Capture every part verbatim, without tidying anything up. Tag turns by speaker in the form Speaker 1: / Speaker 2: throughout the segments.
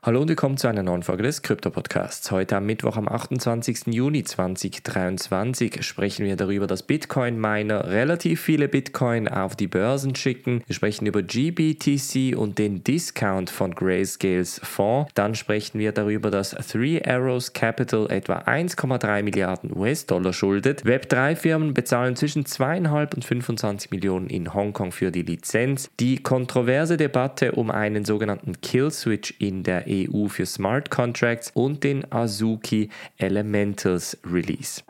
Speaker 1: Hallo und willkommen zu einer neuen Folge des Krypto-Podcasts. Heute am Mittwoch, am achtundzwanzigsten Juni zweitausenddreiundzwanzig, sprechen wir darüber, dass Bitcoin-Miner relativ viele Bitcoin auf die Börsen schicken. Wir sprechen über G B T C und den Discount von Grayscales Fonds. Dann sprechen wir darüber, dass Three Arrows Capital etwa eins Komma drei Milliarden U S-Dollar schuldet. Web drei Firmen bezahlen zwischen zweieinhalb und fünfundzwanzig Millionen in Hongkong für die Lizenz. Die kontroverse Debatte um einen sogenannten Kill-Switch in der E U für Smart Contracts und den Azuki Elementals Release.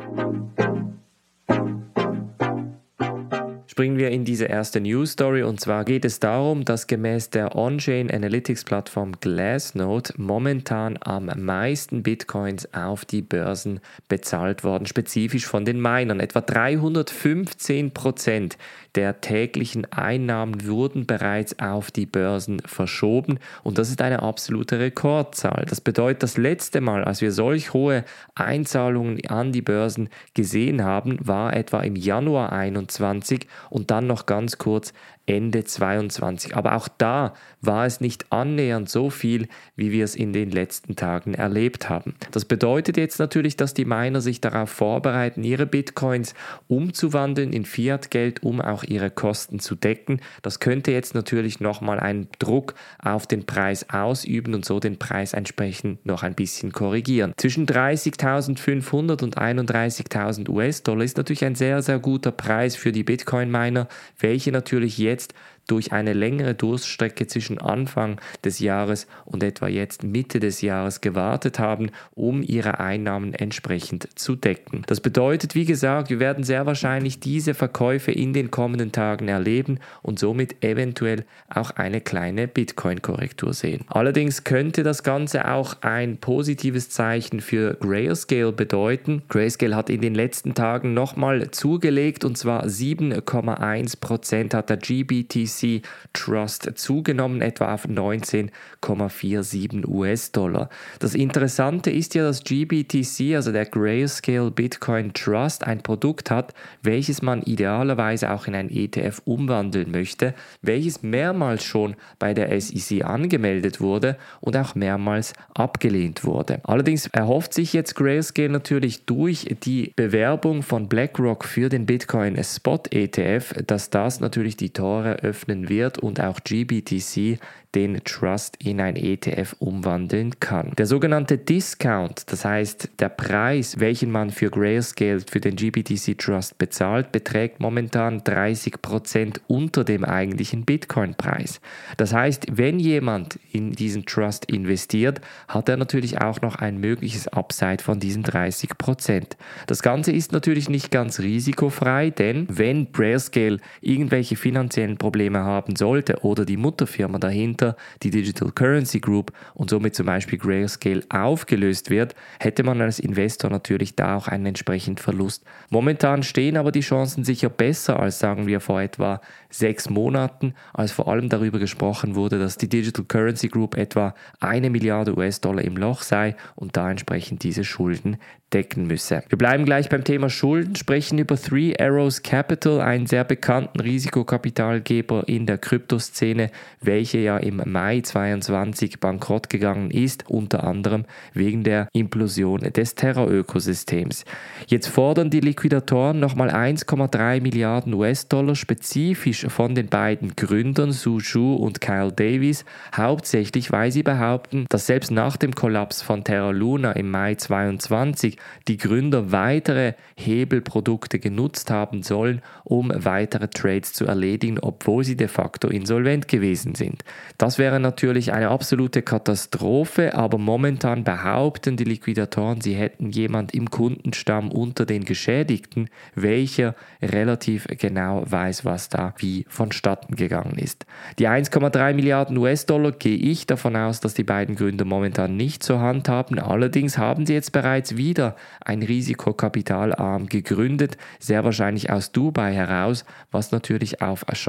Speaker 1: Springen wir in diese erste News Story, und zwar geht es darum, dass gemäß der On-Chain Analytics Plattform Glassnode momentan am meisten Bitcoins auf die Börsen bezahlt worden, spezifisch von den Minern. Etwa dreihundertfünfzehn Prozent der täglichen Einnahmen wurden bereits auf die Börsen verschoben, und das ist eine absolute Rekordzahl. Das bedeutet, das letzte Mal, als wir solch hohe Einzahlungen an die Börsen gesehen haben, war etwa im Januar einundzwanzig und dann noch ganz kurz Ende zweiundzwanzig. Aber auch da war es nicht annähernd so viel, wie wir es in den letzten Tagen erlebt haben. Das bedeutet jetzt natürlich, dass die Miner sich darauf vorbereiten, ihre Bitcoins umzuwandeln in Fiat-Geld, um auch ihre Kosten zu decken. Das könnte jetzt natürlich nochmal einen Druck auf den Preis ausüben und so den Preis entsprechend noch ein bisschen korrigieren. Zwischen dreißigtausendfünfhundert und einunddreißigtausend U S-Dollar ist natürlich ein sehr, sehr guter Preis für die Bitcoin-Miner, welche natürlich jetzt durch eine längere Durststrecke zwischen Anfang des Jahres und etwa jetzt Mitte des Jahres gewartet haben, um ihre Einnahmen entsprechend zu decken. Das bedeutet, wie gesagt, wir werden sehr wahrscheinlich diese Verkäufe in den kommenden Tagen erleben und somit eventuell auch eine kleine Bitcoin-Korrektur sehen. Allerdings könnte das Ganze auch ein positives Zeichen für Grayscale bedeuten. Grayscale hat in den letzten Tagen nochmal zugelegt, und zwar sieben Komma eins Prozent hat der G B T C Trust zugenommen, etwa auf neunzehn Komma siebenundvierzig U S-Dollar. Das Interessante ist ja, dass G B T C, also der Grayscale Bitcoin Trust, ein Produkt hat, welches man idealerweise auch in ein E T F umwandeln möchte, welches mehrmals schon bei der S E C angemeldet wurde und auch mehrmals abgelehnt wurde. Allerdings erhofft sich jetzt Grayscale natürlich durch die Bewerbung von BlackRock für den Bitcoin Spot E T F, dass das natürlich die Tore öffnen wird und auch G B T C den Trust in ein E T F umwandeln kann. Der sogenannte Discount, das heißt der Preis, welchen man für Grayscale, für den G B T C Trust bezahlt, beträgt momentan dreißig Prozent unter dem eigentlichen Bitcoin-Preis. Das heißt, wenn jemand in diesen Trust investiert, hat er natürlich auch noch ein mögliches Upside von diesen dreißig Prozent. Das Ganze ist natürlich nicht ganz risikofrei, denn wenn Grayscale irgendwelche finanziellen Probleme haben sollte oder die Mutterfirma dahinter, die Digital Currency Group, und somit zum Beispiel Grayscale aufgelöst wird, hätte man als Investor natürlich da auch einen entsprechenden Verlust. Momentan stehen aber die Chancen sicher besser als, sagen wir, vor etwa sechs Monaten, als vor allem darüber gesprochen wurde, dass die Digital Currency Group etwa eine Milliarde U S-Dollar im Loch sei und da entsprechend diese Schulden decken müsse. Wir bleiben gleich beim Thema Schulden, sprechen über Three Arrows Capital, einen sehr bekannten Risikokapitalgeber in der Kryptoszene, welche ja im Mai zweiundzwanzig bankrott gegangen ist, unter anderem wegen der Implosion des Terra-Ökosystems. Jetzt fordern die Liquidatoren nochmal eins Komma drei Milliarden U S-Dollar spezifisch von den beiden Gründern Su Zhu und Kyle Davies, hauptsächlich weil sie behaupten, dass selbst nach dem Kollaps von Terra Luna im Mai zweiundzwanzig die Gründer weitere Hebelprodukte genutzt haben sollen, um weitere Trades zu erledigen, obwohl sie de facto insolvent gewesen sind. Das wäre natürlich eine absolute Katastrophe, aber momentan behaupten die Liquidatoren, sie hätten jemand im Kundenstamm unter den Geschädigten, welcher relativ genau weiß, was da wie vonstatten gegangen ist. Die eins Komma drei Milliarden U S-Dollar gehe ich davon aus, dass die beiden Gründer momentan nicht zur Hand haben. Allerdings haben sie jetzt bereits wieder ein Risikokapitalarm gegründet, sehr wahrscheinlich aus Dubai heraus, was natürlich auf scharfe Kritik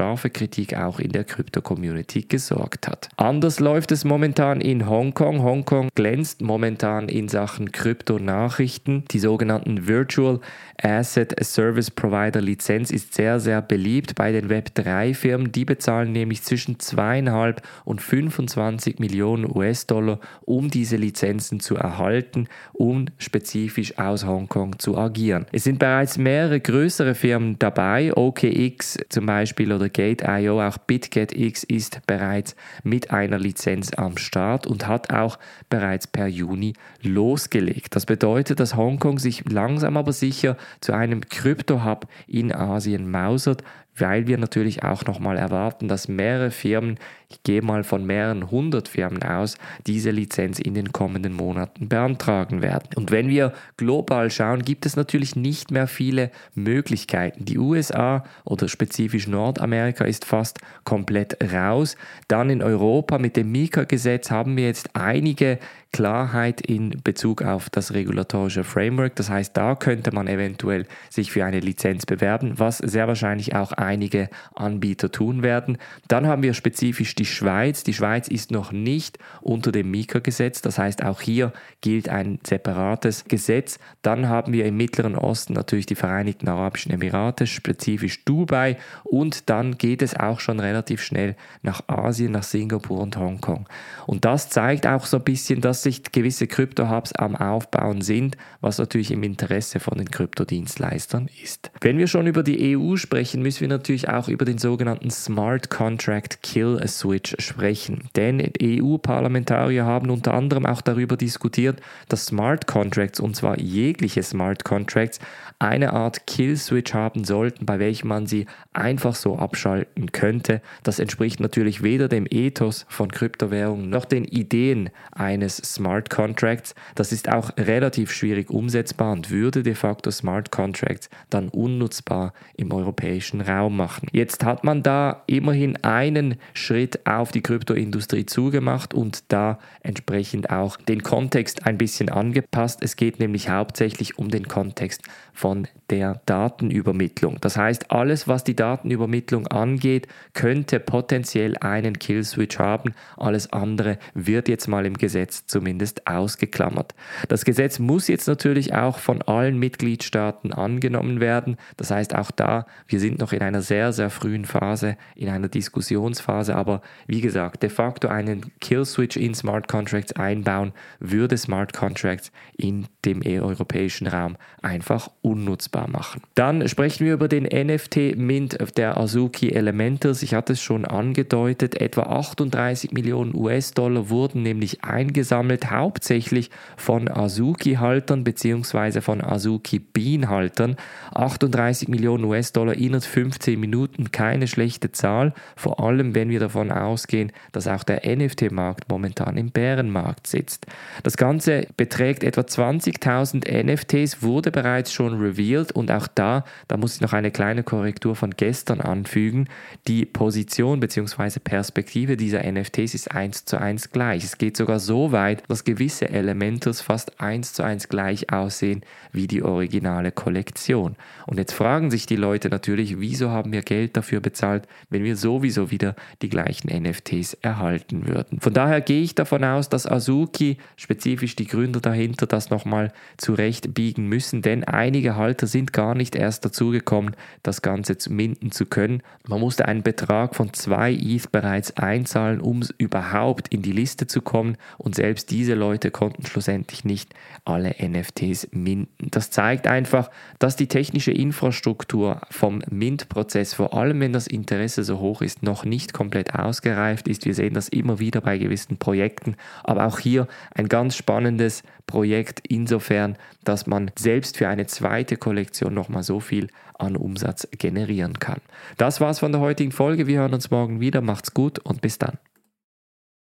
Speaker 1: Politik auch in der Krypto-Community gesorgt hat. Anders läuft es momentan in Hongkong. Hongkong glänzt momentan in Sachen Krypto-Nachrichten. Die sogenannten Virtual Asset Service Provider Lizenz ist sehr, sehr beliebt bei den Web drei Firmen. Die bezahlen nämlich zwischen zweieinhalb und fünfundzwanzig Millionen U S-Dollar, um diese Lizenzen zu erhalten, um spezifisch aus Hongkong zu agieren. Es sind bereits mehrere größere Firmen dabei, O K X zum Beispiel oder Gate Punkt I O, auch BitGetX ist bereits mit einer Lizenz am Start und hat auch bereits per Juni losgelegt. Das bedeutet, dass Hongkong sich langsam aber sicher zu einem Krypto-Hub in Asien mausert, weil wir natürlich auch nochmal erwarten, dass mehrere Firmen, ich gehe mal von mehreren hundert Firmen aus, diese Lizenz in den kommenden Monaten beantragen werden. Und wenn wir global schauen, gibt es natürlich nicht mehr viele Möglichkeiten. Die U S A oder spezifisch Nordamerika ist fast komplett raus. Dann in Europa mit dem MiCA-Gesetz haben wir jetzt einige Klarheit in Bezug auf das regulatorische Framework. Das heißt, da könnte man eventuell sich für eine Lizenz bewerben, was sehr wahrscheinlich auch einige Anbieter tun werden. Dann haben wir spezifisch die Schweiz. Die Schweiz ist noch nicht unter dem MiCA-Gesetz. Das heißt, auch hier gilt ein separates Gesetz. Dann haben wir im Mittleren Osten natürlich die Vereinigten Arabischen Emirate, spezifisch Dubai. Und dann geht es auch schon relativ schnell nach Asien, nach Singapur und Hongkong. Und das zeigt auch so ein bisschen, dass sich gewisse Krypto-Hubs am Aufbauen sind, was natürlich im Interesse von den Kryptodienstleistern ist. Wenn wir schon über die E U sprechen, müssen wir natürlich auch über den sogenannten Smart Contract Kill Switch sprechen. Denn E U-Parlamentarier haben unter anderem auch darüber diskutiert, dass Smart Contracts, und zwar jegliche Smart Contracts, eine Art Kill Switch haben sollten, bei welchem man sie einfach so abschalten könnte. Das entspricht natürlich weder dem Ethos von Kryptowährungen noch den Ideen eines Smart Contracts. Das ist auch relativ schwierig umsetzbar und würde de facto Smart Contracts dann unnutzbar im europäischen Raum machen. Jetzt hat man da immerhin einen Schritt auf die Kryptoindustrie zugemacht und da entsprechend auch den Kontext ein bisschen angepasst. Es geht nämlich hauptsächlich um den Kontext von der Datenübermittlung. Das heißt, alles, was die Datenübermittlung angeht, könnte potenziell einen Kill-Switch haben. Alles andere wird jetzt mal im Gesetz zumindest ausgeklammert. Das Gesetz muss jetzt natürlich auch von allen Mitgliedstaaten angenommen werden. Das heißt, auch da, wir sind noch in einer sehr, sehr frühen Phase, in einer Diskussionsphase, aber wie gesagt, de facto einen Kill-Switch in Smart Contracts einbauen, würde Smart Contracts in dem europäischen Raum einfach unnutzbar machen. Dann sprechen wir über den N F T-Mint der Azuki Elementals. Ich hatte es schon angedeutet, etwa achtunddreißig Millionen U S-Dollar wurden nämlich eingesammelt, hauptsächlich von Azuki-Haltern bzw. von Azuki-Bean-Haltern. achtunddreißig Millionen U S-Dollar innerhalb fünfzehn Minuten, keine schlechte Zahl, vor allem wenn wir davon ausgehen, dass auch der N F T-Markt momentan im Bärenmarkt sitzt. Das Ganze beträgt etwa zwanzigtausend N F Ts, wurde bereits schon revealed und auch da, da muss ich noch eine kleine Korrektur von gestern anfügen, die Position bzw. Perspektive dieser N F Ts ist eins zu eins gleich. Es geht sogar so weit, dass gewisse Elementals fast eins zu eins gleich aussehen wie die originale Kollektion. Und jetzt fragen sich die Leute natürlich, wieso haben wir Geld dafür bezahlt, wenn wir sowieso wieder die gleichen N F Ts erhalten würden. Von daher gehe ich davon aus, dass Azuki, spezifisch die Gründer dahinter, das nochmal zurechtbiegen müssen, denn einige Halter sind gar nicht erst dazu gekommen, das Ganze zu minden zu können. Man musste einen Betrag von zwei E T H bereits einzahlen, um überhaupt in die Liste zu kommen und selbst diese Leute konnten schlussendlich nicht alle N F Ts minden. Das zeigt einfach, dass die technische Infrastruktur vom Mint-Prozess, vor allem wenn das Interesse so hoch ist, noch nicht komplett ausgereift ist. Wir sehen das immer wieder bei gewissen Projekten, aber auch hier ein ganz spannendes Projekt insofern, dass man selbst für eine zweite Kollektion nochmal so viel an Umsatz generieren kann. Das war's von der heutigen Folge. Wir hören uns morgen wieder. Macht's gut und bis dann.